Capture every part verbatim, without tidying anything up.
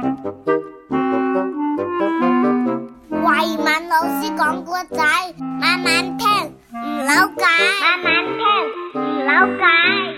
慧敏老師講故仔，慢慢聽，唔扭計，慢慢聽，唔扭計。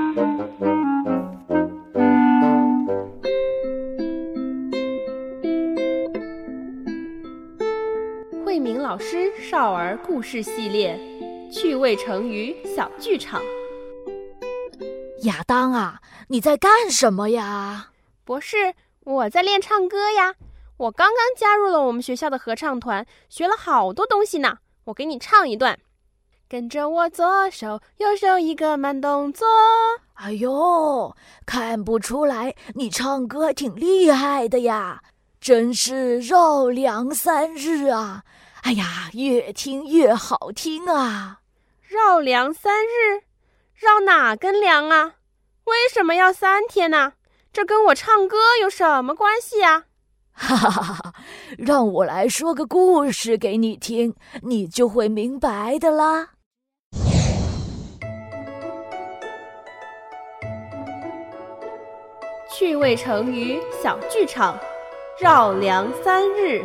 慧敏老师少儿故事系列，趣味成语小剧场。 亚当啊，你在干什么呀？ 博士，我在练唱歌呀。我刚刚加入了我们学校的合唱团，学了好多东西呢。我给你唱一段。跟着我左手右手一个慢动作。 哎呦，看不出来你唱歌挺厉害的呀，真是绕梁三日啊！哎呀，越听越好听啊！ 绕梁三日？绕哪根梁啊？为什么要三天呢？这跟我唱歌有什么关系呀？ 哈哈哈哈！让我来说个故事给你听，你就会明白的啦。 趣味成语小剧场，绕梁三日。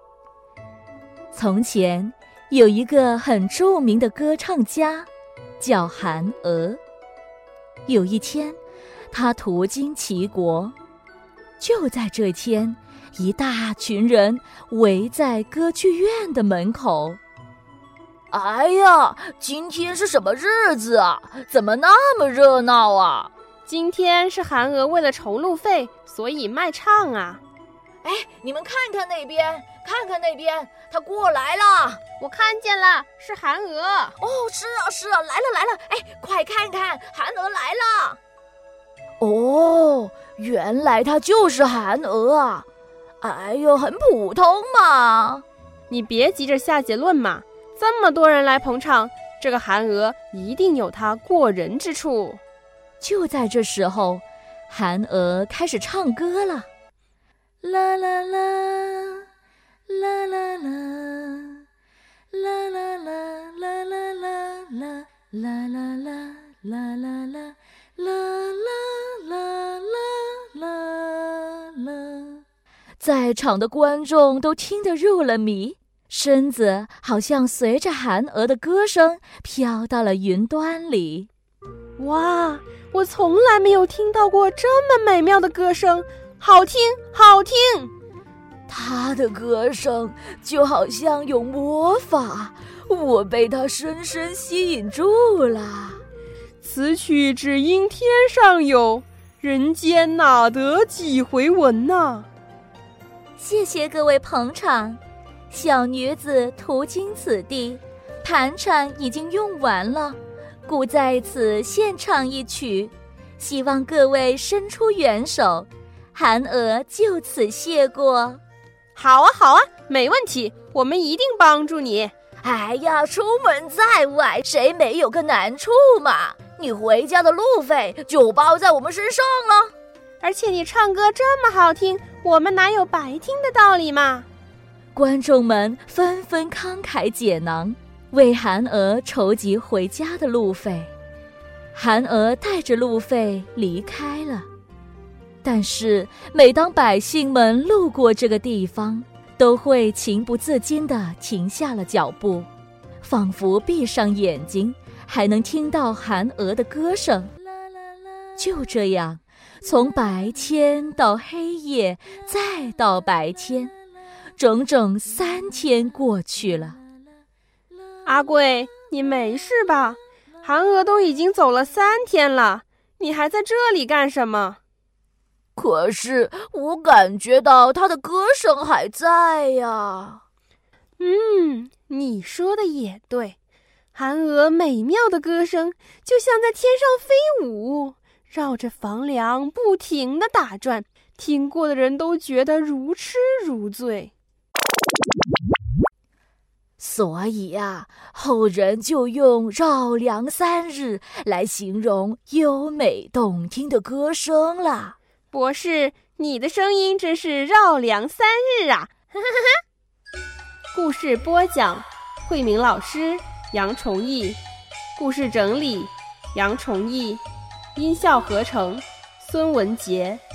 从前有一个很著名的歌唱家，叫韩娥。有一天，他途经齐国，就在这天，一大群人围在歌剧院的门口。 哎呀，今天是什么日子啊？怎么那么热闹啊？ 今天是韩娥为了筹路费，所以卖唱啊。 哎，你们看看那边，看看那边，他过来了。 我看见了，是韩娥。 哦，是啊，是啊，来了来了。哎，快看看，韩娥来了。哦，原来他就是韩娥啊。哎呦，很普通嘛。 你别急着下结论嘛，这么多人来捧场，这个韩娥一定有她过人之处。 就在这时候，韩娥开始唱歌了。啦啦啦，啦啦啦，啦啦啦，啦啦啦，啦啦啦啦，啦啦啦，啦啦啦啦啦。在场的观众都听得入了迷，身子好像随着韩娥的歌声飘到了云端里。 哇，我从来没有听到过这么美妙的歌声，好听好听。 他的歌声就好像有魔法，我被他深深吸引住了。 此曲只应天上有，人间哪得几回闻呐。 谢谢各位捧场，小女子途经此地，盘缠已经用完了，故在此献唱一曲，希望各位伸出援手，韩娥就此谢过。 好啊好啊，没问题，我们一定帮助你。 哎呀，出门在外，谁没有个难处嘛？你回家的路费就包在我们身上了。 而且你唱歌这么好听，我们哪有白听的道理嘛？ 观众们纷纷慷慨解囊，为韩娥筹集回家的路费。韩娥带着路费离开了。但是每当百姓们路过这个地方，都会情不自禁地停下了脚步，仿佛闭上眼睛还能听到韩娥的歌声。就这样，从白天到黑夜，再到白天，整整三天过去了。 阿贵，你没事吧？韩娥都已经走了三天了，你还在这里干什么？ 可是我感觉到他的歌声还在呀。 嗯，你说的也对，韩娥美妙的歌声就像在天上飞舞，绕着房梁不停地打转，听过的人都觉得如痴如醉。 所以呀、啊，后人就用绕梁三日来形容优美动听的歌声了。 博士，你的声音真是绕梁三日啊！故事播讲，慧敏老师，杨崇义。故事整理，杨崇义。音效合成，孙文杰。